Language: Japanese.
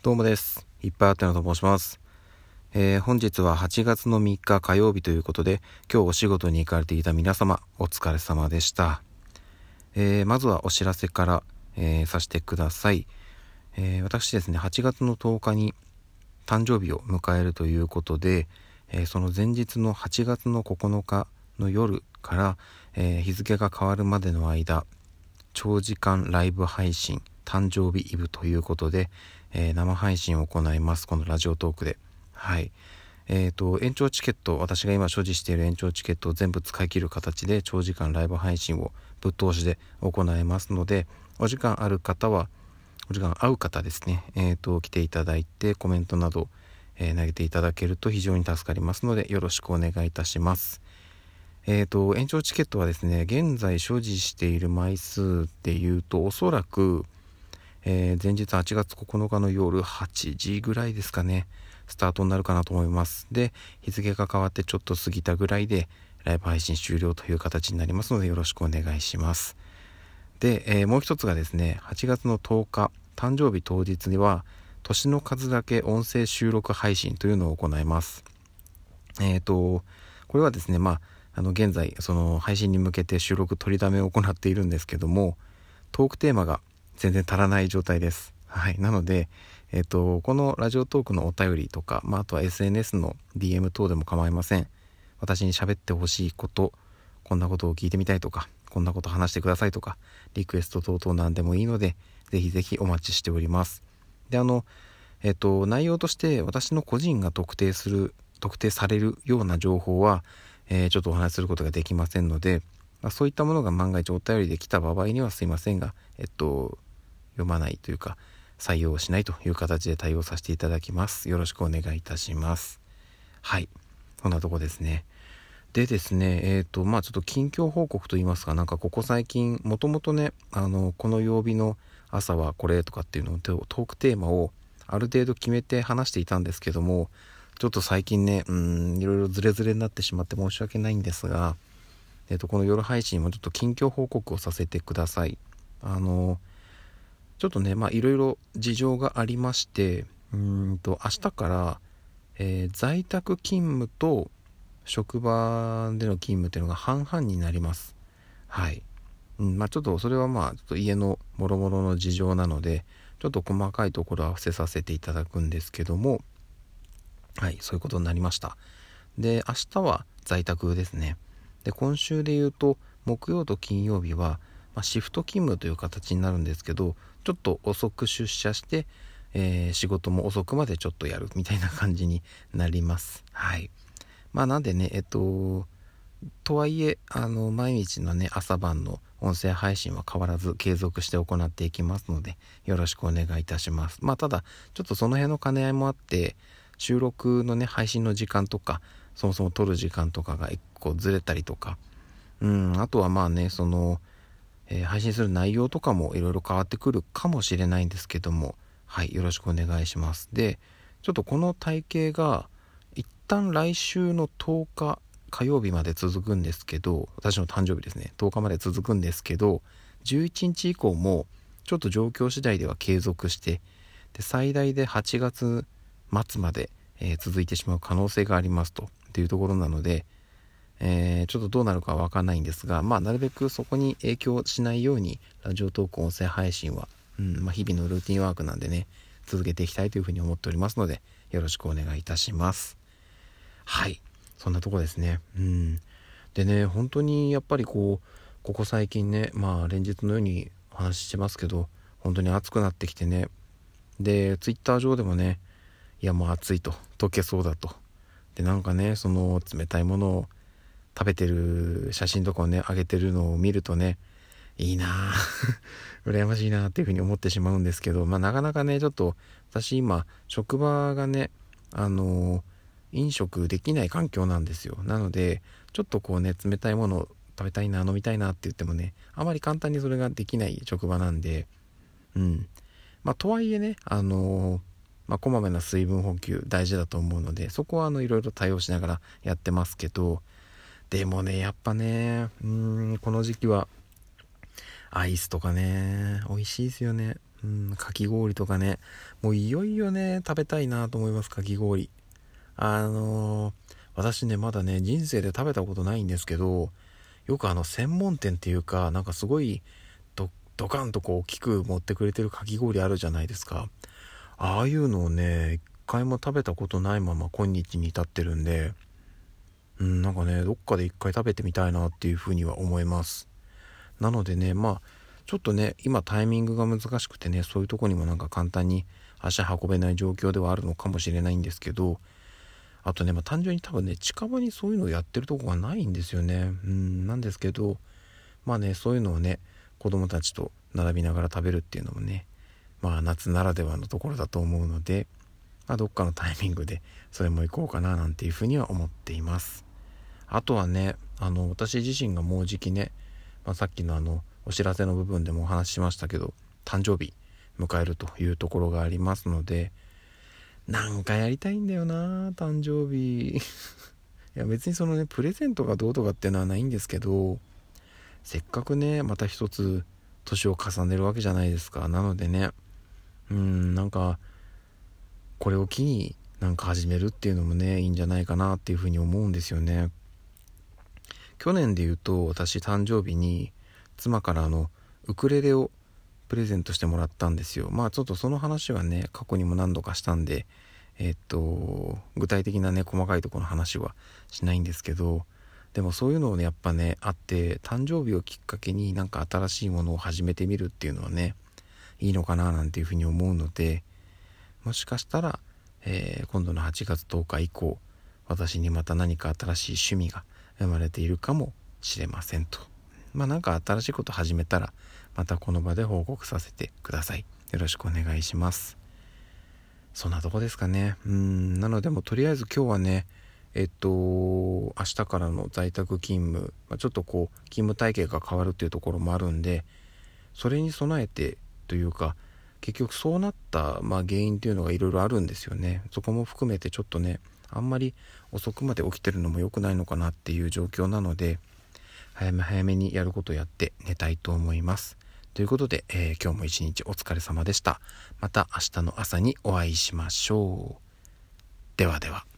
どうもです。いっぱいあってのと申します。本日は8月の3日火曜日ということで、今日お仕事に行かれていた皆様、お疲れ様でした。まずはお知らせから、させてください。私ですね、8月の10日に誕生日を迎えるということで、その前日の8月の9日の夜から、日付が変わるまでの間、長時間ライブ配信誕生日イブということで、生配信を行います。このラジオトークで。はい。延長チケット、私が今所持している延長チケットを全部使い切る形で長時間ライブ配信をぶっ通しで行いますので、お時間合う方ですね、来ていただいてコメントなど、投げていただけると非常に助かりますので、よろしくお願いいたします。延長チケットはですね、現在所持している枚数でいうと、おそらく、前日8月9日の夜8時ぐらいですかね、スタートになるかなと思います。で、日付が変わってちょっと過ぎたぐらいでライブ配信終了という形になりますので、よろしくお願いします。で、もう一つがですね、8月の10日誕生日当日には年の数だけ音声収録配信というのを行います。これはですね、現在その配信に向けて収録取りだめを行っているんですけども、トークテーマが全然足らない状態です。はい。なので、このラジオトークのお便りとか、あとは SNS の DM 等でも構いません。私に喋ってほしいこと、こんなことを聞いてみたいとか、こんなこと話してくださいとか、リクエスト等々なんでもいいので、ぜひぜひお待ちしております。で、内容として私の個人が特定されるような情報は、ちょっとお話しすることができませんので、そういったものが万が一お便りで来た場合にはすいませんが、読まないというか採用しないという形で対応させていただきます。よろしくお願いいたします。はい、こんなとこですね。でですね、ちょっと近況報告といいますか、ここ最近もともとね、この曜日の朝はこれとかっていうのをトークテーマをある程度決めて話していたんですけども、ちょっと最近ね、いろいろズレズレになってしまって申し訳ないんですが、この夜配信もちょっと近況報告をさせてください。ちょっとね、いろいろ事情がありまして、明日から、在宅勤務と職場での勤務っていうのが半々になります。はい。ちょっとそれはちょっと家の諸々の事情なので、ちょっと細かいところは伏せさせていただくんですけども、はい、そういうことになりました。で、明日は在宅ですね。で、今週で言うと木曜と金曜日は、シフト勤務という形になるんですけど、ちょっと遅く出社して、仕事も遅くまでちょっとやるみたいな感じになります。はい。なんでね、とはいえ毎日のね朝晩の音声配信は変わらず継続して行っていきますので、よろしくお願いいたします。ただちょっとその辺の兼ね合いもあって、収録のね配信の時間とか、そもそも撮る時間とかが一個ずれたりとか、あとは配信する内容とかもいろいろ変わってくるかもしれないんですけども、はい、よろしくお願いします。で、ちょっとこの体型が一旦来週の10日火曜日まで続くんですけど、私の誕生日ですね、10日まで続くんですけど、11日以降もちょっと状況次第では継続して、で最大で8月末まで、続いてしまう可能性がありますというところなので、ちょっとどうなるかは分かんないんですが、なるべくそこに影響しないようにラジオトーク音声配信は、日々のルーティンワークなんでね、続けていきたいというふうに思っておりますので、よろしくお願いいたします。はい、そんなとこですね。でね、本当にやっぱりここ最近ね、連日のようにお話ししてますけど、本当に暑くなってきてね、でツイッター上でもね、いやもう暑いと、溶けそうだと、でその冷たいものを食べてる写真とかをね上げてるのを見るとね、いいな羨ましいなっていうふうに思ってしまうんですけど、なかなかね、ちょっと私今職場がね、飲食できない環境なんですよ。なのでちょっと冷たいものを食べたいな、飲みたいなって言ってもね、あまり簡単にそれができない職場なんで、とはいえね、こまめな水分補給大事だと思うので、そこはいろいろ対応しながらやってますけど、でもね、やっぱね、この時期はアイスとかね、美味しいですよね。 かき氷とかね、もういよいよね、食べたいなと思います、かき氷。私ね、まだね、人生で食べたことないんですけど、よく専門店っていうか、なんかすごいドカンとこう大きく持ってくれてるかき氷あるじゃないですか。ああいうのをね、一回も食べたことないまま今日に至ってるんで、なんかね、どっかで一回食べてみたいなっていうふうには思います。なのでね、ちょっとね、今タイミングが難しくてね、そういうとこにもなんか簡単に足運べない状況ではあるのかもしれないんですけど、あとね、単純に多分ね、近場にそういうのをやってるとこがないんですよね。なんですけど、そういうのをね、子供たちと並びながら食べるっていうのもね、夏ならではのところだと思うので、どっかのタイミングでそれも行こうかななんていうふうには思っています。あとはね、私自身がもうじきね、さっきのお知らせの部分でもお話ししましたけど、誕生日迎えるというところがありますので、なんかやりたいんだよな、誕生日いや別にそのね、プレゼントがどうとかっていうのはないんですけど、せっかくね、また一つ年を重ねるわけじゃないですか。なのでね、なんかこれを機になんか始めるっていうのもね、いいんじゃないかなっていうふうに思うんですよね。去年で言うと、私誕生日に妻からウクレレをプレゼントしてもらったんですよ。ちょっとその話はね、過去にも何度かしたんで、具体的なね、細かいところの話はしないんですけど、でもそういうのをね、やっぱね、あって、誕生日をきっかけになんか新しいものを始めてみるっていうのはね、いいのかななんていうふうに思うので、もしかしたら、今度の8月10日以降、私にまた何か新しい趣味が生まれているかもしれませんと。なんか新しいこと始めたら、またこの場で報告させてください。よろしくお願いします。そんなとこですかね。なのでもとりあえず今日はね、明日からの在宅勤務、ちょっとこう勤務体系が変わるっていうところもあるんで、それに備えてというか、結局そうなった、原因っていうのがいろいろあるんですよね。そこも含めてちょっとね、あんまり遅くまで起きてるのも良くないのかなっていう状況なので、早めにやることをやって寝たいと思います。ということで、今日も一日お疲れ様でした。また明日の朝にお会いしましょう。ではでは。